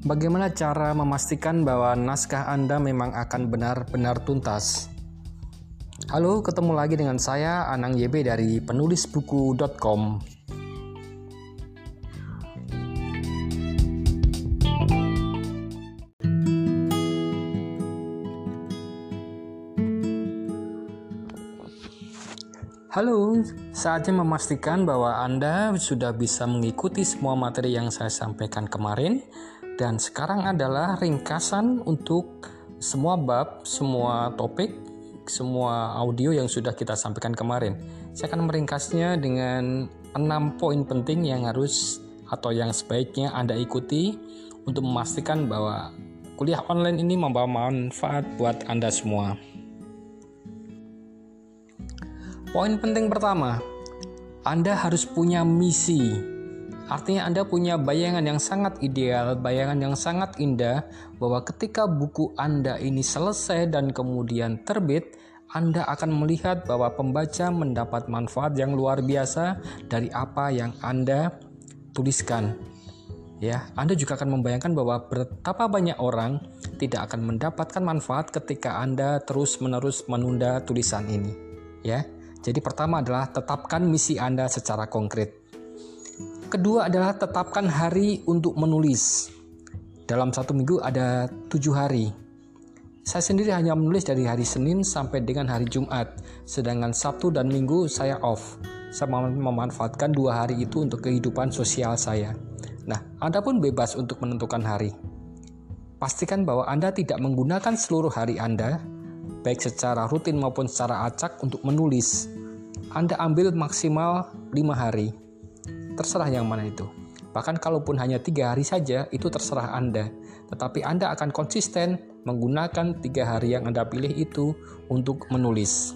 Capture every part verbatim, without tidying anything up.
Bagaimana cara memastikan bahwa naskah Anda memang akan benar-benar tuntas? Halo, ketemu lagi dengan saya Anang Y B dari penulis buku dot com. Halo, saatnya memastikan bahwa Anda sudah bisa mengikuti semua materi yang saya sampaikan kemarin. Dan sekarang adalah ringkasan untuk semua bab, semua topik, semua audio yang sudah kita sampaikan kemarin. Saya akan meringkasnya dengan enam poin penting yang harus atau yang sebaiknya Anda ikuti untuk memastikan bahwa kuliah online ini membawa manfaat buat Anda semua. Poin penting pertama, Anda harus punya misi. Artinya Anda punya bayangan yang sangat ideal, bayangan yang sangat indah bahwa ketika buku Anda ini selesai dan kemudian terbit, Anda akan melihat bahwa pembaca mendapat manfaat yang luar biasa dari apa yang Anda tuliskan. Ya, Anda juga akan membayangkan bahwa betapa banyak orang tidak akan mendapatkan manfaat ketika Anda terus-menerus menunda tulisan ini. Ya. Jadi pertama adalah tetapkan misi Anda secara konkret. Kedua adalah tetapkan hari untuk menulis. Dalam satu minggu ada tujuh hari. Saya sendiri hanya menulis dari hari Senin sampai dengan hari Jumat. Sedangkan Sabtu dan Minggu saya off. Saya memanfaatkan dua hari itu untuk kehidupan sosial saya. Nah, Anda pun bebas untuk menentukan hari. Pastikan bahwa Anda tidak menggunakan seluruh hari Anda, baik secara rutin maupun secara acak untuk menulis. Anda ambil maksimal lima hari. Terserah yang mana itu. Bahkan kalaupun hanya tiga hari saja, itu terserah Anda. Tetapi Anda akan konsisten menggunakan tiga hari yang Anda pilih itu untuk menulis.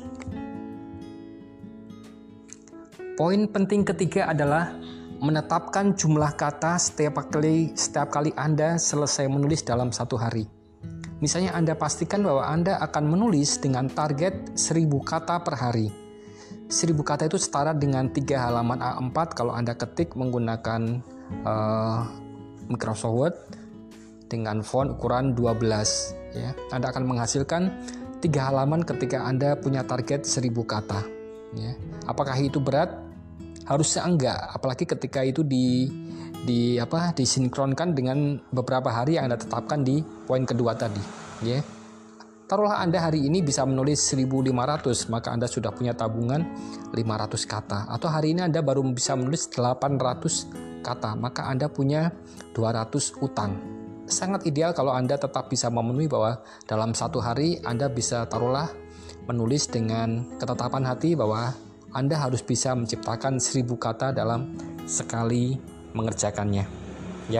Poin penting ketiga adalah menetapkan jumlah kata setiap kali, setiap kali Anda selesai menulis dalam satu hari. Misalnya Anda pastikan bahwa Anda akan menulis dengan target seribu kata per hari. seribu kata itu setara dengan tiga halaman A empat kalau Anda ketik menggunakan uh, Microsoft Word dengan font ukuran dua belas. Ya. Anda akan menghasilkan tiga halaman ketika Anda punya target seribu kata. Ya. Apakah itu berat? Harusnya enggak, apalagi ketika itu di di apa disinkronkan dengan beberapa hari yang Anda tetapkan di poin kedua tadi. Ya. Taruhlah Anda hari ini bisa menulis seribu lima ratus, maka Anda sudah punya tabungan lima ratus kata. Atau hari ini Anda baru bisa menulis delapan ratus kata, maka Anda punya dua ratus utang. Sangat ideal kalau Anda tetap bisa memenuhi bahwa dalam satu hari Anda bisa taruhlah menulis dengan ketetapan hati bahwa Anda harus bisa menciptakan seribu kata dalam sekali mengerjakannya. Ya.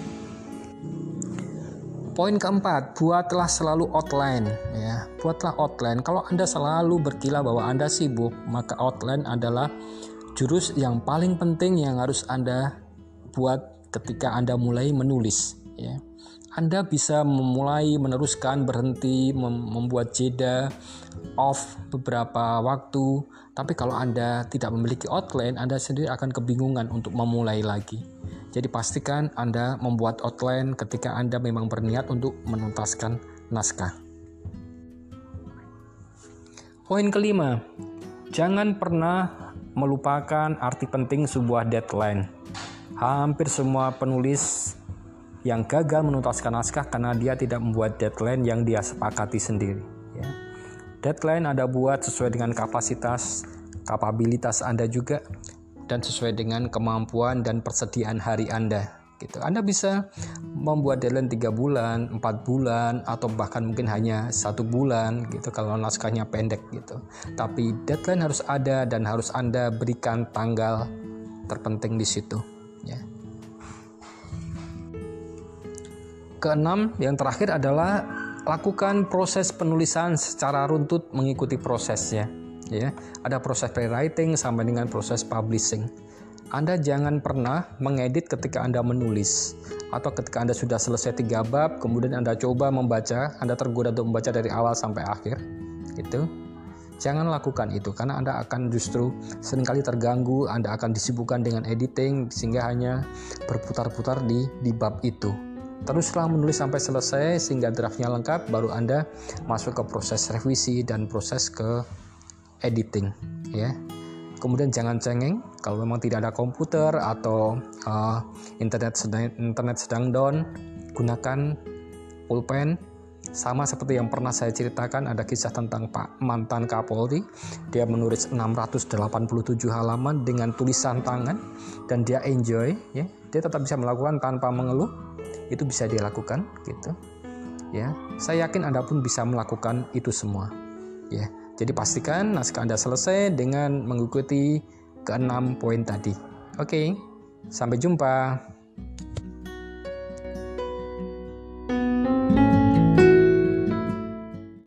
Poin keempat, buatlah selalu outline. Ya, buatlah outline. Kalau Anda selalu berkilah bahwa Anda sibuk, maka outline adalah jurus yang paling penting yang harus Anda buat ketika Anda mulai menulis. Ya. Anda bisa memulai, meneruskan, berhenti, mem- membuat jeda, off beberapa waktu. Tapi kalau Anda tidak memiliki outline, Anda sendiri akan kebingungan untuk memulai lagi. Jadi pastikan Anda membuat outline ketika Anda memang berniat untuk menuntaskan naskah. Poin kelima, jangan pernah melupakan arti penting sebuah deadline. Hampir semua penulis yang gagal menuntaskan naskah karena dia tidak membuat deadline yang dia sepakati sendiri. Ya. Deadline Anda buat sesuai dengan kapasitas, kapabilitas Anda juga, dan sesuai dengan kemampuan dan persediaan hari Anda. Gitu. Anda bisa membuat deadline tiga bulan, empat bulan, atau bahkan mungkin hanya satu bulan gitu kalau naskahnya pendek gitu. Tapi deadline harus ada dan harus Anda berikan tanggal terpenting di situ. Ya. Keenam, yang terakhir adalah lakukan proses penulisan secara runtut mengikuti prosesnya. Ya, ada proses pre-writing sampai dengan proses publishing. Anda jangan pernah mengedit ketika Anda menulis, atau ketika Anda sudah selesai tiga bab, kemudian Anda coba membaca, Anda tergoda untuk membaca dari awal sampai akhir, gitu. Jangan lakukan itu, karena Anda akan justru seringkali terganggu, Anda akan disibukkan dengan editing, sehingga hanya berputar-putar di, di bab itu. Teruslah menulis sampai selesai sehingga draftnya lengkap, baru Anda masuk ke proses revisi dan proses ke editing, ya. Kemudian jangan cengeng kalau memang tidak ada komputer atau uh, internet sedang internet sedang down, gunakan pulpen. Sama seperti yang pernah saya ceritakan, ada kisah tentang Pak mantan Kapolri. Dia menulis enam ratus delapan puluh tujuh halaman dengan tulisan tangan dan dia enjoy, ya. Dia tetap bisa melakukan tanpa mengeluh. Itu bisa dia lakukan, gitu. Ya, saya yakin Anda pun bisa melakukan itu semua, ya. Jadi pastikan naskah Anda selesai dengan mengikuti keenam poin tadi. Oke, sampai jumpa.